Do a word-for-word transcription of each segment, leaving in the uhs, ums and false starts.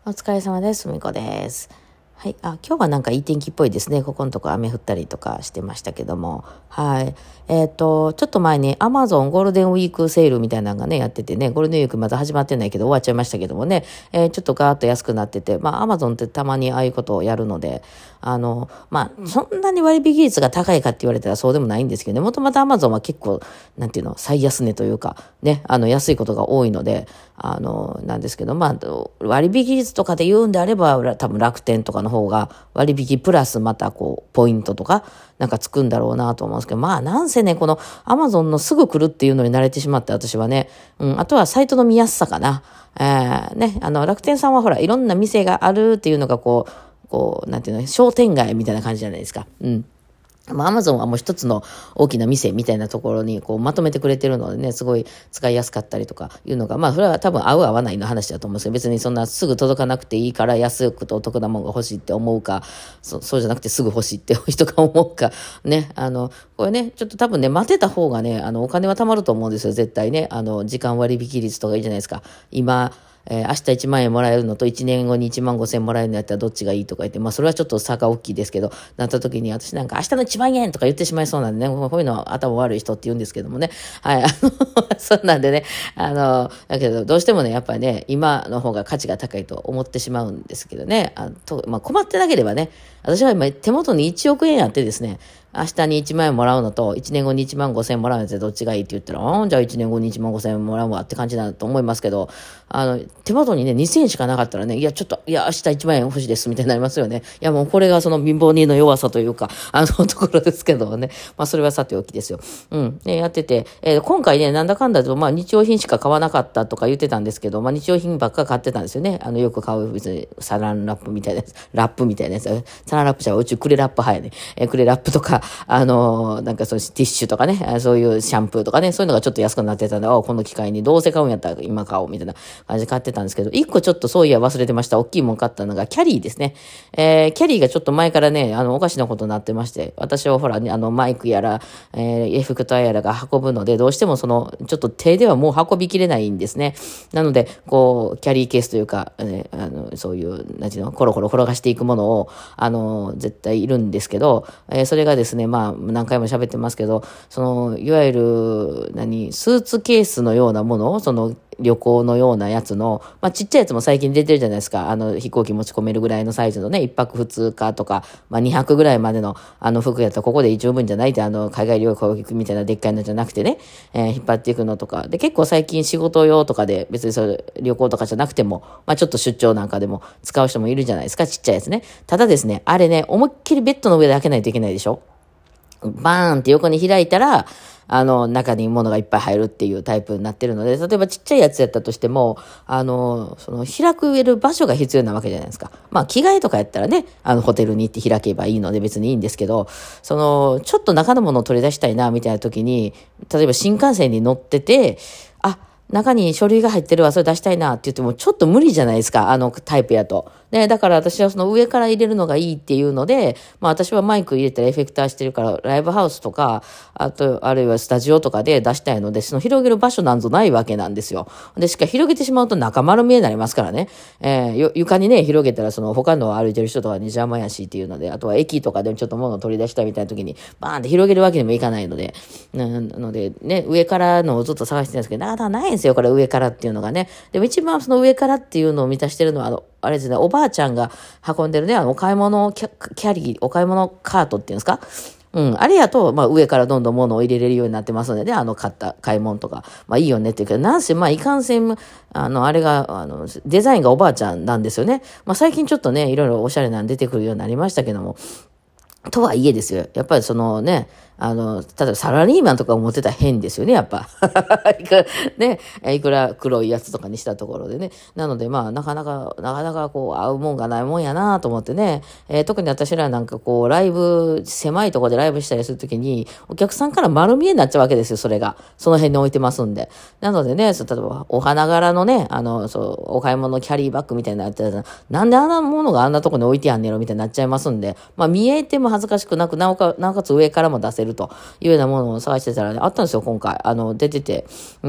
お疲れ様です。みこです。はい。あ、今日はなんかいい天気っぽいですね。ここのとこ雨降ったりとかしてましたけども。はい。えっと、ちょっと前に Amazon ゴールデンウィークセールみたいなのがね、やっててね、ゴールデンウィークまだ始まってないけど終わっちゃいましたけどもね、えーちょっとガーッと安くなってて、まあ Amazon ってたまにああいうことをやるので、あの、まあ、そんなに割引率が高いかって言われたらそうでもないんですけどね、もともと Amazon は結構、なんていうの、最安値というか、ね、あの、安いことが多いので、あの、なんですけど、まあ、割引率とかで言うんであれば、多分楽天とかの方が割引プラスまたこう、ポイントとか、なんかつくんだろうなと思うんですけど、まあ、なんせね、この Amazon のすぐ来るっていうのに慣れてしまって、私はね、うん、あとはサイトの見やすさかな。えー、ね、あの、楽天さんはほら、いろんな店があるっていうのがこう、こう、なんていうの、商店街みたいな感じじゃないですか。うん。まあ、アマゾンはもう一つの大きな店みたいなところにこうまとめてくれてるのでね、すごい使いやすかったりとかいうのが、まあ、それは多分合う合わないの話だと思うんですけど、別にそんなすぐ届かなくていいから安くとお得なものが欲しいって思うか、そそうじゃなくてすぐ欲しいって人が思うか、ね、あの、これね、ちょっと多分ね、待てた方がね、あの、お金は貯まると思うんですよ、絶対ね。あの、時間割引率とかいいじゃないですか。今、えー、明日いちまん円もらえるのといちねんごにいちまんごせんもらえるのやったらどっちがいいとか言って、まあそれはちょっと差が大きいですけど、なった時に私なんか明日のいちまん円とか言ってしまいそうなんでね、こういうのは頭悪い人って言うんですけどもね。はい、あの、そうなんでね、あの、だけどどうしてもね、やっぱりね、今の方が価値が高いと思ってしまうんですけどね。あとまあ困ってなければね、私は今手元にいちおく円あってですね、明日にいちまん円もらうのと、いちねんごにいちまんごせんもらうのってどっちがいいって言ったら、ああ、じゃあいちねんごにいちまんごせんもらうわって感じだと思いますけど、あの、手元にね、にせんえんしかなかったらね、いや、ちょっと、いや、明日いちまん円欲しいですみたいになりますよね。いや、もうこれがその貧乏人の弱さというか、あのところですけどね。まあ、それはさておきですよ。うん。ね、やってて、えー今回ね、なんだかんだと、まあ、日用品しか買わなかったとか言ってたんですけど、まあ、日用品ばっか買ってたんですよね。あの、よく買う、別に、サランラップみたいなやつ、ラップみたいなやつ、サランラップじゃうちクレラップ派やね。えークレラップとか、あのーなんかそういうティッシュとかね、あそういうシャンプーとかね、そういうのがちょっと安くなってたんで、あこの機会にどうせ買うんやったら今買おうみたいな感じで買ってたんですけど、一個ちょっとそういや忘れてました。大きいもん買ったのがキャリーですね。えー、キャリーがちょっと前からね、あの、おかしなことになってまして、私はほら、ね、あの、マイクやら、えー、エフェクターやらが運ぶので、どうしてもその、ちょっと手ではもう運びきれないんですね。なので、こう、キャリーケースというか、えー、あの、そういう、なんていうの、コロコロ転がしていくものを、あの、絶対いるんですけど、えー、それがですね、まあ、何回も喋ってますけど、その、いわゆる、何、スーツケースのようなもの、その、旅行のようなやつの、まあ、ちっちゃいやつも最近出てるじゃないですか。あの、飛行機持ち込めるぐらいのサイズのね、一泊二日とか、まあ、二泊ぐらいまでの、あの、服やったらここで十分じゃないって、あの、海外旅行行くみたいなでっかいのじゃなくてね、えー引っ張っていくのとか。で、結構最近仕事用とかで、別にそれ、旅行とかじゃなくても、まあ、ちょっと出張なんかでも使う人もいるじゃないですか、ちっちゃいやつね。ただですね、あれね、思いっきりベッドの上で開けないといけないでしょ。バーンって横に開いたら、あの、中に物がいっぱい入るっていうタイプになってるので、例えばちっちゃいやつやったとしても、あの、その、開くる場所が必要なわけじゃないですか。まあ、着替えとかやったらね、あの、ホテルに行って開けばいいので別にいいんですけど、その、ちょっと中のものを取り出したいな、みたいな時に、例えば新幹線に乗ってて、あ、中に書類が入ってるわ、それ出したいなって言っても、ちょっと無理じゃないですか、あのタイプやと。ね、だから私はその上から入れるのがいいっていうので、まあ私はマイク入れたらエフェクターしてるから、ライブハウスとか、あと、あるいはスタジオとかで出したいので、その広げる場所なんぞないわけなんですよ。で、しか広げてしまうと中丸見えになりますからね。えー、床にね、広げたらその他の歩いてる人とかに邪魔やしっていうので、あとは駅とかでちょっと物を取り出したみたいな時に、バーンって広げるわけにもいかないので、なのでね、上からのをずっと探してるんですけど、なかなかないんですよ、これ上からっていうのがね。でも一番その上からっていうのを満たしてるのは、あの、あれですね、おばあちゃんが運んでるね、あの、お買い物キャ、キャリー、お買い物カートっていうんですか。うん。あれやと、まあ上からどんどん物を入れれるようになってますのでね、あの買った買い物とか、まあいいよねっていうけど、なんせまあいかんせん、あの、あれが、あの、デザインがおばあちゃんなんですよね。まあ最近ちょっとね、いろいろおしゃれなの出てくるようになりましたけども、とはいえですよ。やっぱりそのね、あの、例えばサラリーマンとか思ってたら変ですよね、やっぱ。いくら、ね、いくら黒いやつとかにしたところでね。なのでまあ、なかなか、なかなかこう、合うもんがないもんやなと思ってね。えー特に私らなんかこう、ライブ、狭いところでライブしたりするときに、お客さんから丸見えになっちゃうわけですよ、それが。その辺に置いてますんで。なのでね、そう例えば、お花柄のね、あの、そう、お買い物キャリーバッグみたいなやつやつなんであんなものがあんなところに置いてやんねやろみたいになっちゃいますんで、まあ見えても恥ずかしくなく、なおかなおかつ上からも出せるというようなものを探してたらね、あったんですよ、今回。あの、出てて。うん。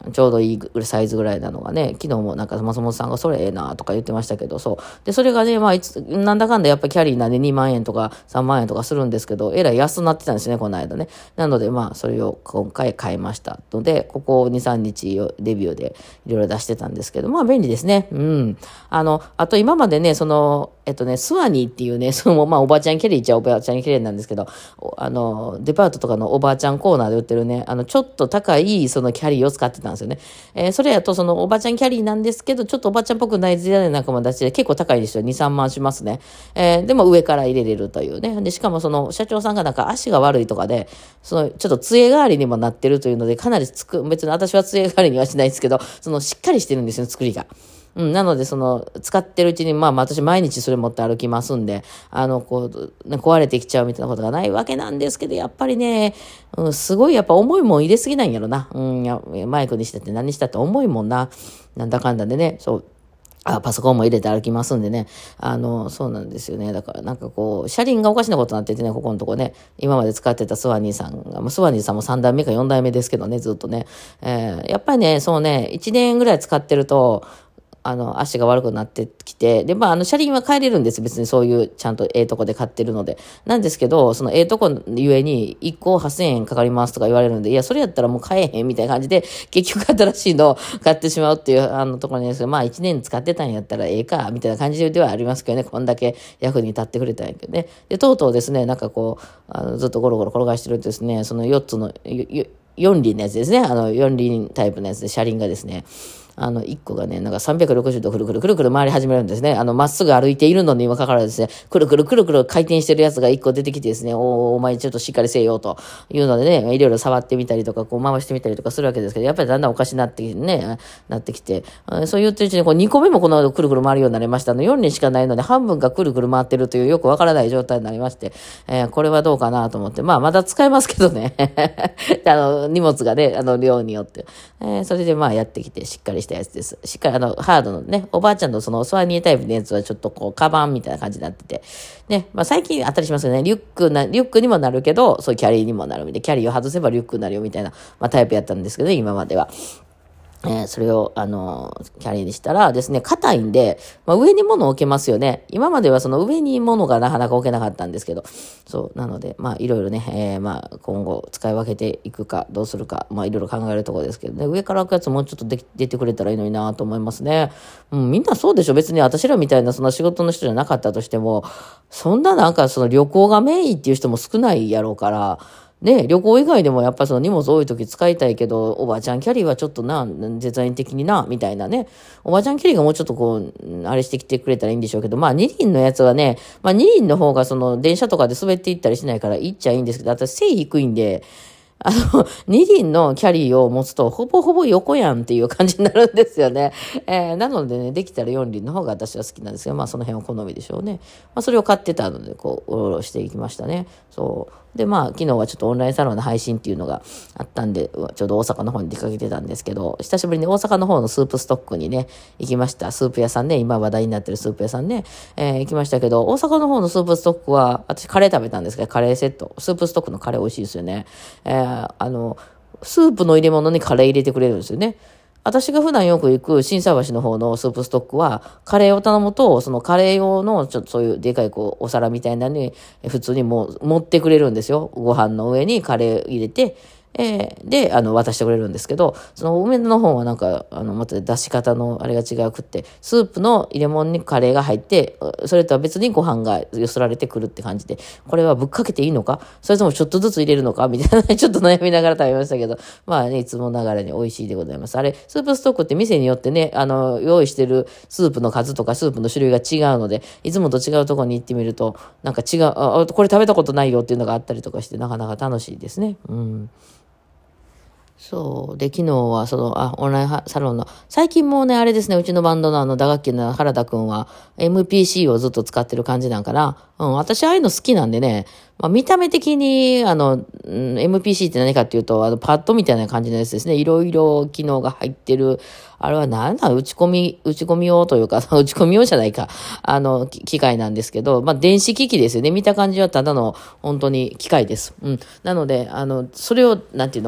ちょうどいいサイズぐらいなのがね、昨日もなんか松本さんがそれええなとか言ってましたけど、そう。で、それがね、まあいつ、なんだかんだやっぱりキャリーなんでにまんえんとかさんまんえんとかするんですけど、えらい安くなってたんですね、この間ね。なのでまあそれを今回買いましたので、ここに、さんにちレビューでいろいろ出してたんですけど、まあ便利ですね。うん。あの、あと今までね、その、えっとね、スワニーっていうね、その、まあおばあちゃんキャリーっちゃおばあちゃんキャリーなんですけど、あの、デパートとかのおばあちゃんコーナーで売ってるね、あの、ちょっと高いそのキャリーを使ってたんですよね。えー、それやとそのおばあちゃんキャリーなんですけど、ちょっとおばあちゃんっぽくない時代なんかも出して結構高いですよ。に、さんまんしますね。えー、でも上から入れれるというね。で、しかもその社長さんがなんか足が悪いとかで、そのちょっと杖代わりにもなってるというので、かなりつく、別に私は杖代わりにはしないですけど、そのしっかりしてるんですよ、作りが。うん、なので、その、使ってるうちに、まあ、私毎日それ持って歩きますんで、あの、こう、ね、壊れてきちゃうみたいなことがないわけなんですけど、やっぱりね、うん、すごいやっぱ重いもん入れすぎないんやろな。うん、やマイクにしてって何したって重いもんな。なんだかんだでね、そう。あ、パソコンも入れて歩きますんでね。あの、そうなんですよね。だからなんかこう、車輪がおかしなことになっててね、ここのとこね、今まで使ってたスワニーさんが、まあ、スワニーさんもさんだいめかよんだいめですけどね、ずっとね。えー、やっぱりね、そうね、いちねんぐらい使ってると、あの、足が悪くなってきて、で、まあ、あの、車輪は変えれるんです。別にそういう、ちゃんとええとこで買ってるので。なんですけど、そのええとこゆえに、いっこはっせんえんかかりますとか言われるんで、いや、それやったらもう買えへんみたいな感じで、結局新しいのを買ってしまうっていう、あの、ところにですけど、まあ、いちねん使ってたんやったらええか、みたいな感じではありますけどね、こんだけ役に立ってくれたんやけどね。で、とうとうですね、なんかこう、あの、ずっとゴロゴロ転がしてるとですね、そのよっつの、よん輪のやつですね。あの、よん輪タイプのやつで、車輪がですね、あの、いっこがね、なんかさんびゃくろくじゅうどくるくるくるくる回り始めるんですね。あの、まっすぐ歩いているのにもかかわらずですね、くるくるくるくる回転してるやつがいっこ出てきてですね、おー、お前ちょっとしっかりせよというのでね、いろいろ触ってみたりとか、こう回してみたりとかするわけですけど、やっぱりだんだんおかしになってきてね、なってきて、そう言ってるうちにこうにこめもこのくるくる回るようになりましたので、よん輪しかないので半分がくるくる回ってるというよくわからない状態になりまして、えー、これはどうかなと思って、まあまだ使えますけどね、あの、荷物がね、あの、量によって、えー、それでまあやってきてしっかりしたやつです。しっかりあの、ハードのね、おばあちゃんのそのスワニータイプのやつはちょっとこう、カバンみたいな感じになってて、ね、まあ最近あったりしますよね、リュックな、リュックにもなるけど、そういうキャリーにもなるみたいな、キャリーを外せばリュックになるよみたいな、まあタイプやったんですけど、今までは。えー、それを、あの、キャリーにしたらですね、硬いんで、まあ、上に物を置けますよね。今まではその上に物がなかなか置けなかったんですけど、そう、なので、まあ、いろいろね、えー、まあ、今後使い分けていくか、どうするか、まあ、いろいろ考えるところですけどね、上から置くやつもうちょっとで出てくれたらいいのになと思いますね。うん、みんなそうでしょ。別に私らみたいなその仕事の人じゃなかったとしても、そんななんかその旅行がメインっていう人も少ないやろうから、ね、旅行以外でもやっぱりその荷物多い時使いたいけど、おばあちゃんキャリーはちょっとな、デザイン的にな、みたいなね。おばあちゃんキャリーがもうちょっとこう、あれしてきてくれたらいいんでしょうけど、まあに輪のやつはね、まあに輪の方がその電車とかで滑っていったりしないからいいっちゃいいんですけど、私背低いんで、あの、二輪のキャリーを持つと、ほぼほぼ横やんっていう感じになるんですよね。えー、なのでね、できたら四輪の方が私は好きなんですけど、まあその辺は好みでしょうね。まあそれを買ってたので、こう、おろおろしていきましたね。そう。で、まあ昨日はちょっとオンラインサロンの配信っていうのがあったんで、ちょうど大阪の方に出かけてたんですけど、久しぶりに大阪の方のスープストックにね、行きました。スープ屋さんね、今話題になってるスープ屋さんね、えー、行きましたけど、大阪の方のスープストックは、私カレー食べたんですけど、カレーセット。スープストックのカレー美味しいですよね。えー、あの、スープの入れ物にカレー入れてくれるんですよね。私が普段よく行く心斎橋の方のスープストックは、カレーを頼むと、そのカレー用の、ちょっとそういうでかいこう、お皿みたいなのに、普通にもう持ってくれるんですよ。ご飯の上にカレー入れて、えー、で、あの、渡してくれるんですけど、その梅の方はなんか、あの、また出し方のあれが違うくって、スープの入れ物にカレーが入って、それとは別にご飯がよそられてくるって感じで、これはぶっかけていいのかそれともちょっとずつ入れるのかみたいな、ちょっと悩みながら食べましたけど、まあね、いつもながらに美味しいでございます。あれ、スープストックって店によってね、あの、用意してるスープの数とかスープの種類が違うので、いつもと違うところに行ってみると、なんか違う、あ、これ食べたことないよっていうのがあったりとかして、なかなか楽しいですね。うん。そう。で、昨日は、その、あ、オンラインサロンの、最近もうね、あれですね、うちのバンドのあの、打楽器の原田くんは、エムピーシー をずっと使ってる感じなんかな。うん、私、ああいうの好きなんでね、まあ、見た目的に、あの、うん、エムピーシー って何かっていうと、あの、パッドみたいな感じのやつですね。いろいろ機能が入ってる。あれは何だ、打ち込み、打ち込み用というか、打ち込み用じゃないか。あの、機械なんですけど、まあ、電子機器ですよね。見た感じはただの、本当に機械です。うん。なので、あの、それを、なんていうの、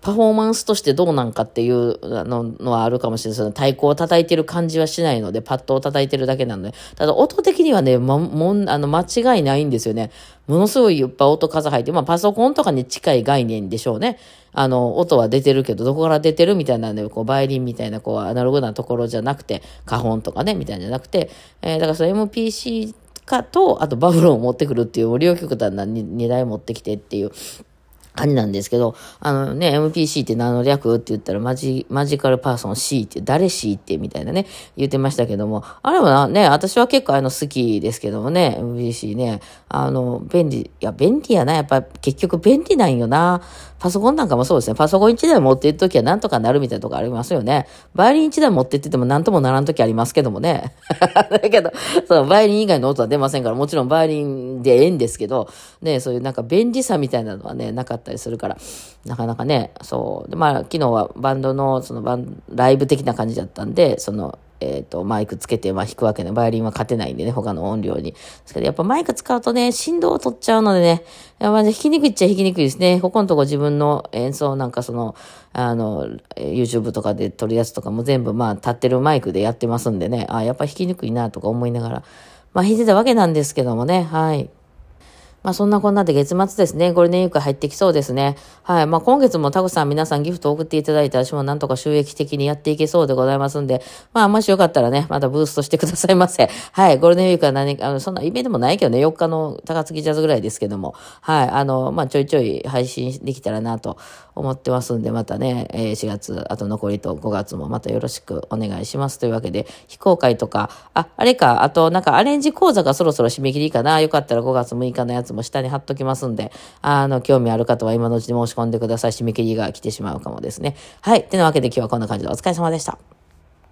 パフォーマンスとしてどうなんかっていうののはあるかもしれない。その太鼓を叩いてる感じはしないので、パッドを叩いてるだけなので。ただ音的にはね、ま、もん、あの、間違いないんですよね。ものすごいいっぱい音数入って、まあパソコンとかに近い概念でしょうね。あの、音は出てるけど、どこから出てるみたいなんで、こう、バイオリンみたいな、こう、アナログなところじゃなくて、カホンとかね、みたいなんじゃなくて、えー、だからその エムピーシー かと、あとバフロンを持ってくるっていう、両極端なにだい持ってきてっていう、感じなんですけど、あのね、エムピーシー って何の略って言ったら、マジ、マジカルパーソン C って、誰 C ってみたいなね、言ってましたけども、あれはね、私は結構あの好きですけどもね、エムピーシー ね、あの、便利、いや、便利やな、やっぱ結局便利なんよな。パソコンなんかもそうですね、パソコンいちだい持っていくときはなんとかなるみたいなとこありますよね。バイオリンいちだい持ってっててもなんともならんときありますけどもね。だけど、そのバイオリン以外の音は出ませんから、もちろんバイオリンでええんですけど、ね、そういうなんか便利さみたいなのはね、なかったりするから、なかなかね、そう。で、まあ、昨日はバンドの、そのバン、ライブ的な感じだったんで、その、えっと、マイクつけて、まあ、弾くわけね。バイオリンは勝てないんでね、他の音量に。ですけど、やっぱマイク使うとね、振動を取っちゃうのでね、やっぱ弾きにくいっちゃ弾きにくいですね。ここのとこ自分の演奏なんかその、あの、YouTube とかで撮るやつとかも全部、まあ、立ってるマイクでやってますんでね、あ、やっぱ弾きにくいなとか思いながら、まあ、弾いてたわけなんですけどもね、はい。まあそんなこんなで月末ですね。ゴールデンウィーク入ってきそうですね。はい。まあ今月もたくさん皆さんギフトを送っていただいて、私もなんとか収益的にやっていけそうでございますんで、まあもしよかったらね、またブーストしてくださいませ。はい。ゴールデンウィークは何か、あの、そんなイベントもないけどね、よっかの高槻ジャズぐらいですけども、はい。あの、まあちょいちょい配信できたらなと思ってますんで、またね、えー、しがつ、あと残りとごがつもまたよろしくお願いしますというわけで、非公開とか、あ、あれか、あとなんかアレンジ講座がそろそろ締め切りかな。よかったらごがつむいかのやつも下に貼っときますんで、あの、興味ある方は今のうちに申し込んでください。締め切りが来てしまうかもですね。はい。てなわけで今日はこんな感じでお疲れ様でした。